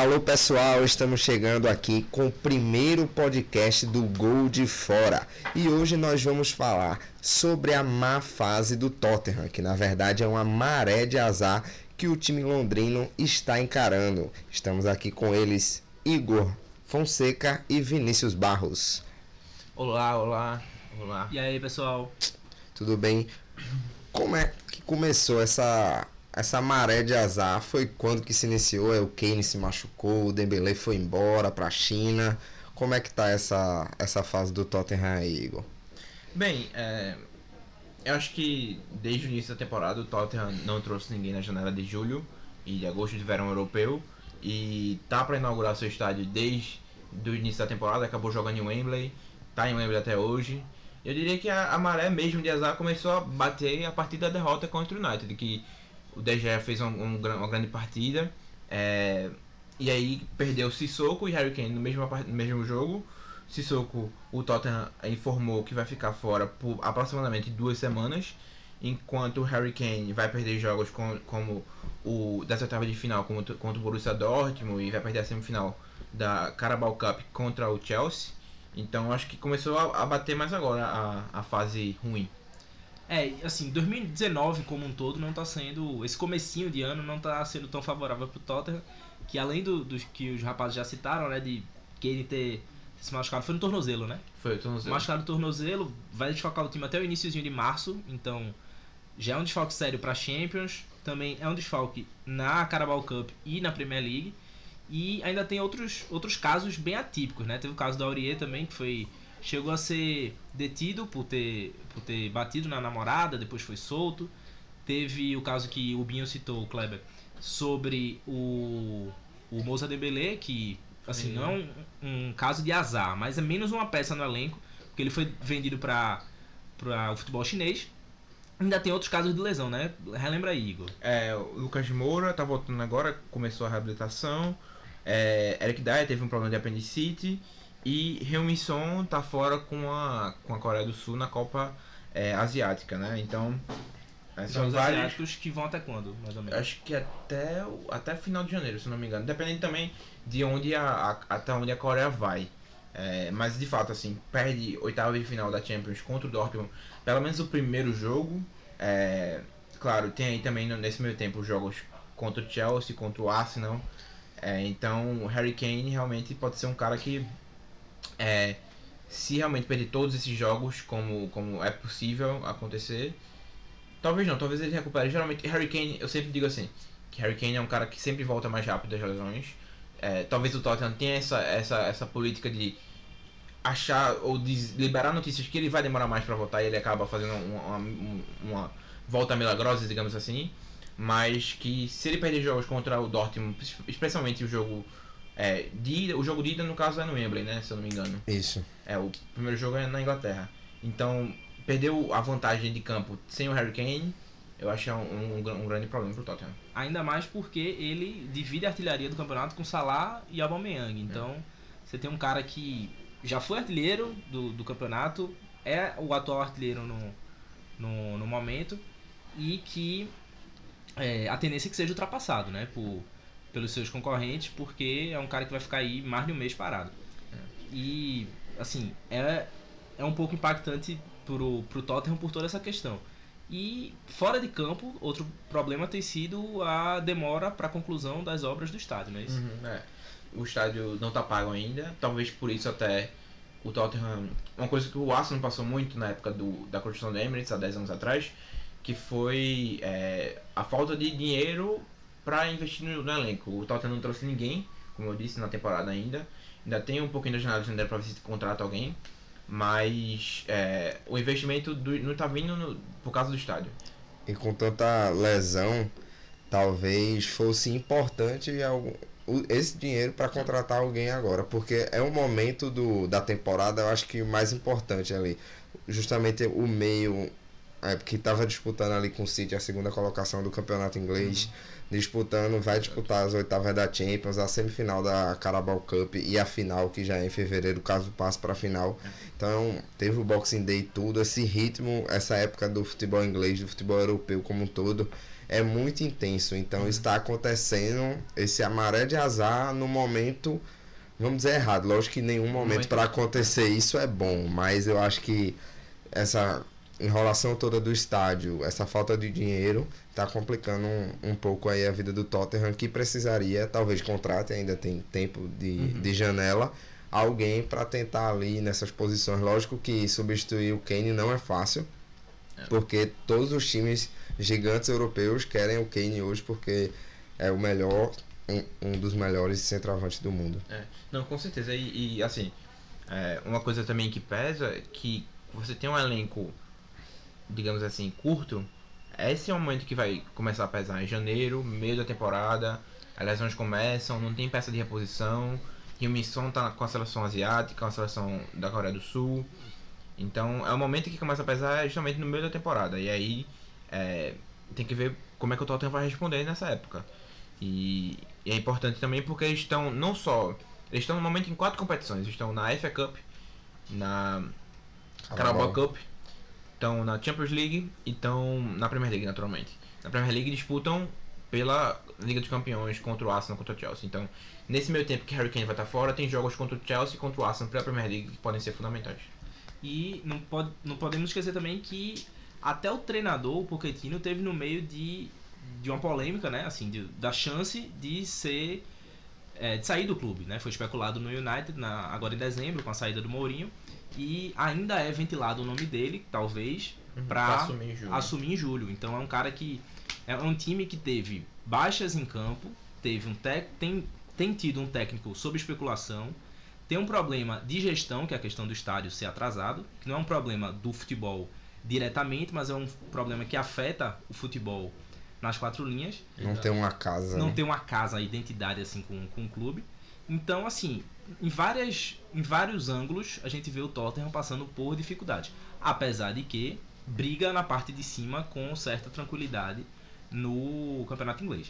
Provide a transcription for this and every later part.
Alô pessoal, estamos chegando aqui com o primeiro podcast do Gol de Fora e hoje nós vamos falar sobre a má fase do Tottenham, que na verdade é uma maré de azar que o time londrino está encarando. Estamos aqui com eles, Igor Fonseca e Vinícius Barros. Olá. E aí pessoal? Tudo bem? Como é que começou essa maré de azar? Foi quando que se iniciou? O Kane se machucou, o Dembélé foi embora para a China. Como é que tá essa fase do Tottenham aí, Igor? Bem, eu acho que desde o início da temporada o Tottenham não trouxe ninguém na janela de julho e de agosto de verão europeu e tá para inaugurar seu estádio desde o início da temporada, acabou jogando em Wembley, tá em Wembley até hoje. Eu diria que a maré mesmo de azar começou a bater a partir da derrota contra o United, que o De Gea fez uma grande partida, e aí perdeu Sissoko e Harry Kane no mesmo jogo. Sissoko, o Tottenham informou que vai ficar fora por aproximadamente 2 semanas, enquanto o Harry Kane vai perder jogos como o dessa oitava de final contra o Borussia Dortmund e vai perder a semifinal da Carabao Cup contra o Chelsea. Então acho que começou a bater mais agora a fase ruim. Assim, 2019 como um todo não tá sendo... Esse comecinho de ano não tá sendo tão favorável pro Tottenham, que além dos que os rapazes já citaram, né, de Kane ter se machucado, foi no tornozelo, né? Foi o tornozelo. Machucado no tornozelo, vai desfalcar o time até o iniciozinho de março, então já é um desfalque sério pra Champions, também é um desfalque na Carabao Cup e na Premier League, e ainda tem outros casos bem atípicos, né? Teve o caso da Aurier também, que chegou a ser detido por ter batido na namorada, depois foi solto. Teve o caso que o Binho citou, o Kleber, sobre o Moussa Dembélé, que assim, não é um caso de azar, mas é menos uma peça no elenco, porque ele foi vendido para o futebol chinês. Ainda tem outros casos de lesão, né? Relembra aí, Igor. O Lucas Moura tá voltando agora, começou a reabilitação. Eric Dyer teve um problema de apendicite. E Heung-min Son tá fora com a Coreia do Sul na Copa Asiática, né? Então, são os asiáticos que vão até quando, mais ou menos? Acho que até final de janeiro, se não me engano. Dependendo também de onde até onde a Coreia vai. Mas de fato, assim, perde oitava de final da Champions contra o Dortmund, pelo menos o primeiro jogo. Claro, tem aí também nesse meio tempo os jogos contra o Chelsea, contra o Arsenal. Então o Harry Kane realmente pode ser um cara que, se realmente perder todos esses jogos, como é possível acontecer, talvez ele recupere. Geralmente Harry Kane, eu sempre digo assim, que Harry Kane é um cara que sempre volta mais rápido das lesões. Talvez o Tottenham tenha essa política de achar ou de liberar notícias que ele vai demorar mais para voltar e ele acaba fazendo uma volta milagrosa, digamos assim. Mas que se ele perder jogos contra o Dortmund, especialmente o jogo o jogo de ida, no caso, é no Wembley, né, se eu não me engano. Isso. O primeiro jogo é na Inglaterra. Então, perdeu a vantagem de campo sem o Harry Kane, eu acho um grande problema pro Tottenham. Ainda mais porque ele divide a artilharia do campeonato com Salah e Aubameyang. Então, você tem um cara que já foi artilheiro do campeonato, é o atual artilheiro no momento, e que a tendência é que seja ultrapassado, né, pelos seus concorrentes, porque é um cara que vai ficar aí mais de um mês parado. E, assim, é um pouco impactante pro Tottenham por toda essa questão. E fora de campo, outro problema tem sido a demora para a conclusão das obras do estádio, não é isso? O estádio não está pago ainda, talvez por isso até o Tottenham... Uma coisa que o Arsenal passou muito na época da construção do Emirates, há 10 anos atrás, que foi a falta de dinheiro para investir no elenco. O Tottenham não trouxe ninguém, como eu disse, na temporada ainda tem um pouquinho da janela de janeiro para ver se contrata alguém, mas o investimento não está vindo por causa do estádio. E com tanta lesão, talvez fosse importante esse dinheiro para contratar alguém agora, porque é o momento da temporada, eu acho que o mais importante ali, justamente o meio porque estava disputando ali com o City a segunda colocação do campeonato inglês, vai disputar as oitavas da Champions, a semifinal da Carabao Cup e a final, que já é em fevereiro, caso passe para a final. Então teve o Boxing Day e tudo, esse ritmo, essa época do futebol inglês, do futebol europeu como um todo, é muito intenso. Então está acontecendo esse maré de azar no momento, vamos dizer, errado. Lógico que nenhum momento para acontecer isso é bom, mas eu acho que essa enrolação toda do estádio, essa falta de dinheiro, está complicando um pouco aí a vida do Tottenham, que precisaria, talvez contrate, ainda tem tempo de janela, alguém para tentar ali nessas posições. Lógico que substituir o Kane não é fácil, porque todos os times gigantes europeus querem o Kane hoje, porque é o melhor, um dos melhores centroavantes do mundo. Não, com certeza. E assim, uma coisa também que pesa é que você tem um elenco, digamos assim, curto. Esse é o momento que vai começar a pesar em janeiro, meio da temporada, as lesões começam, não tem peça de reposição, e o Misson tá com a seleção asiática, com a seleção da Coreia do Sul. Então é o momento que começa a pesar justamente no meio da temporada. E aí tem que ver como é que o Tottenham vai responder nessa época. E é importante também porque eles estão não só... Eles estão no momento em 4 competições. Eles estão na FA Cup, na Carabao Cup, estão na Champions League e estão na Premier League, naturalmente. Na Premier League disputam pela Liga dos Campeões contra o Arsenal, contra o Chelsea. Então, nesse meio tempo que Harry Kane vai estar fora, tem jogos contra o Chelsea e contra o Arsenal pela Premier League que podem ser fundamentais. E não podemos esquecer também que até o treinador, o Pochettino, teve no meio de uma polêmica, né? Assim, da chance de ser de sair do clube, né? Foi especulado no United agora em dezembro com a saída do Mourinho, e ainda é ventilado o nome dele, talvez, para assumir em julho. Então é um cara que é um time que teve baixas em campo, tem tido um técnico sob especulação, tem um problema de gestão, que é a questão do estádio ser atrasado, que não é um problema do futebol diretamente, mas é um problema que afeta o futebol nas 4 linhas. Não tem uma casa. Não tem uma casa, a identidade assim com o clube. Então, assim, em vários ângulos a gente vê o Tottenham passando por dificuldades. Apesar de que briga na parte de cima com certa tranquilidade no campeonato inglês.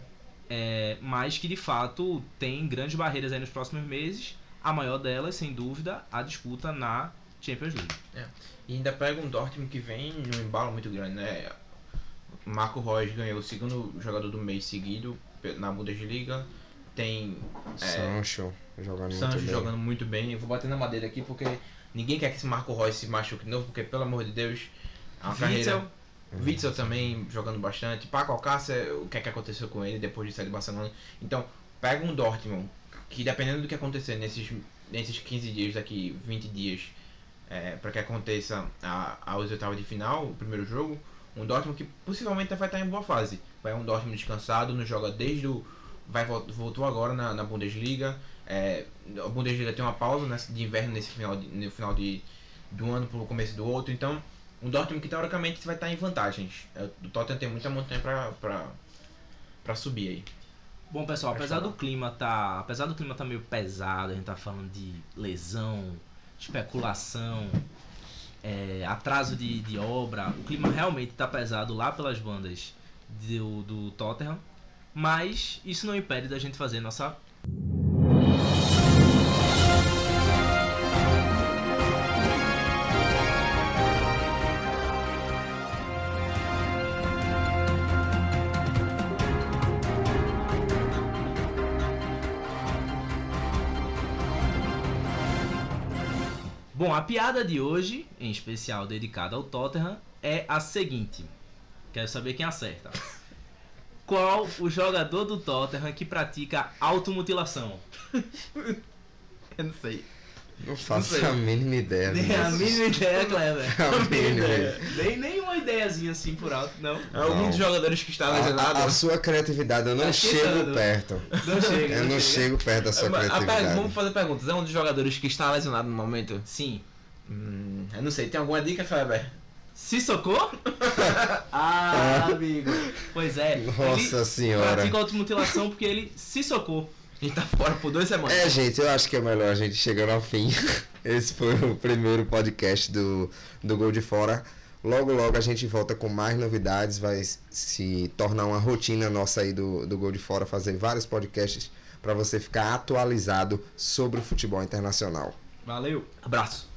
Mas que de fato tem grandes barreiras aí nos próximos meses. A maior delas, sem dúvida, a disputa na Champions League. E ainda pega um Dortmund que vem num embalo muito grande, né? Marco Reus ganhou o segundo jogador do mês seguido na Bundesliga. Tem Sancho jogando muito bem. Eu vou bater na madeira aqui porque ninguém quer que esse Marco Reus se machuque de novo, porque pelo amor de Deus, Witzel também jogando bastante. Paco Alcácer, o que é que aconteceu com ele depois de sair do Barcelona? Então, pega um Dortmund que, dependendo do que acontecer nesses 15 dias, daqui 20 dias, para que aconteça aos oitavos de final, o primeiro jogo, um Dortmund que possivelmente vai estar em boa fase. Vai um Dortmund descansado, não joga desde o... voltou agora na Bundesliga. A Bundesliga tem uma pausa de inverno no final do ano para o começo do outro. Então, um Dortmund que teoricamente vai estar em vantagens. O Tottenham tem muita montanha para subir aí. Bom, pessoal, apesar do clima tá meio pesado, a gente tá falando de lesão, especulação, atraso de obra, o clima realmente tá pesado lá pelas bandas do Tottenham, mas isso não impede da gente fazer nossa... Bom, a piada de hoje, em especial dedicada ao Tottenham, é a seguinte. Quero saber quem acerta. Qual o jogador do Tottenham que pratica automutilação? Eu não sei. Não faço a mínima ideia. Nem a mínima ideia, Cleber. A mínima ideia. Nem uma ideiazinha assim por alto, não. Algum dos jogadores que está lesionado. A sua criatividade, eu não chego perto. Não chega. Eu não chego perto da sua criatividade. Vamos fazer perguntas. É um dos jogadores que está lesionado no momento? Sim. Eu não sei. Tem alguma dica, Kleber? Sissoko? Amigo. Pois é. Nossa senhora. Pratica automutilação porque ele se socou. E tá fora por 2 semanas. Gente, eu acho que é melhor a gente chegando ao fim. Esse foi o primeiro podcast do Gol de Fora. Logo, logo a gente volta com mais novidades. Vai se tornar uma rotina nossa aí do Gol de Fora, fazer vários podcasts para você ficar atualizado sobre o futebol internacional. Valeu, abraço.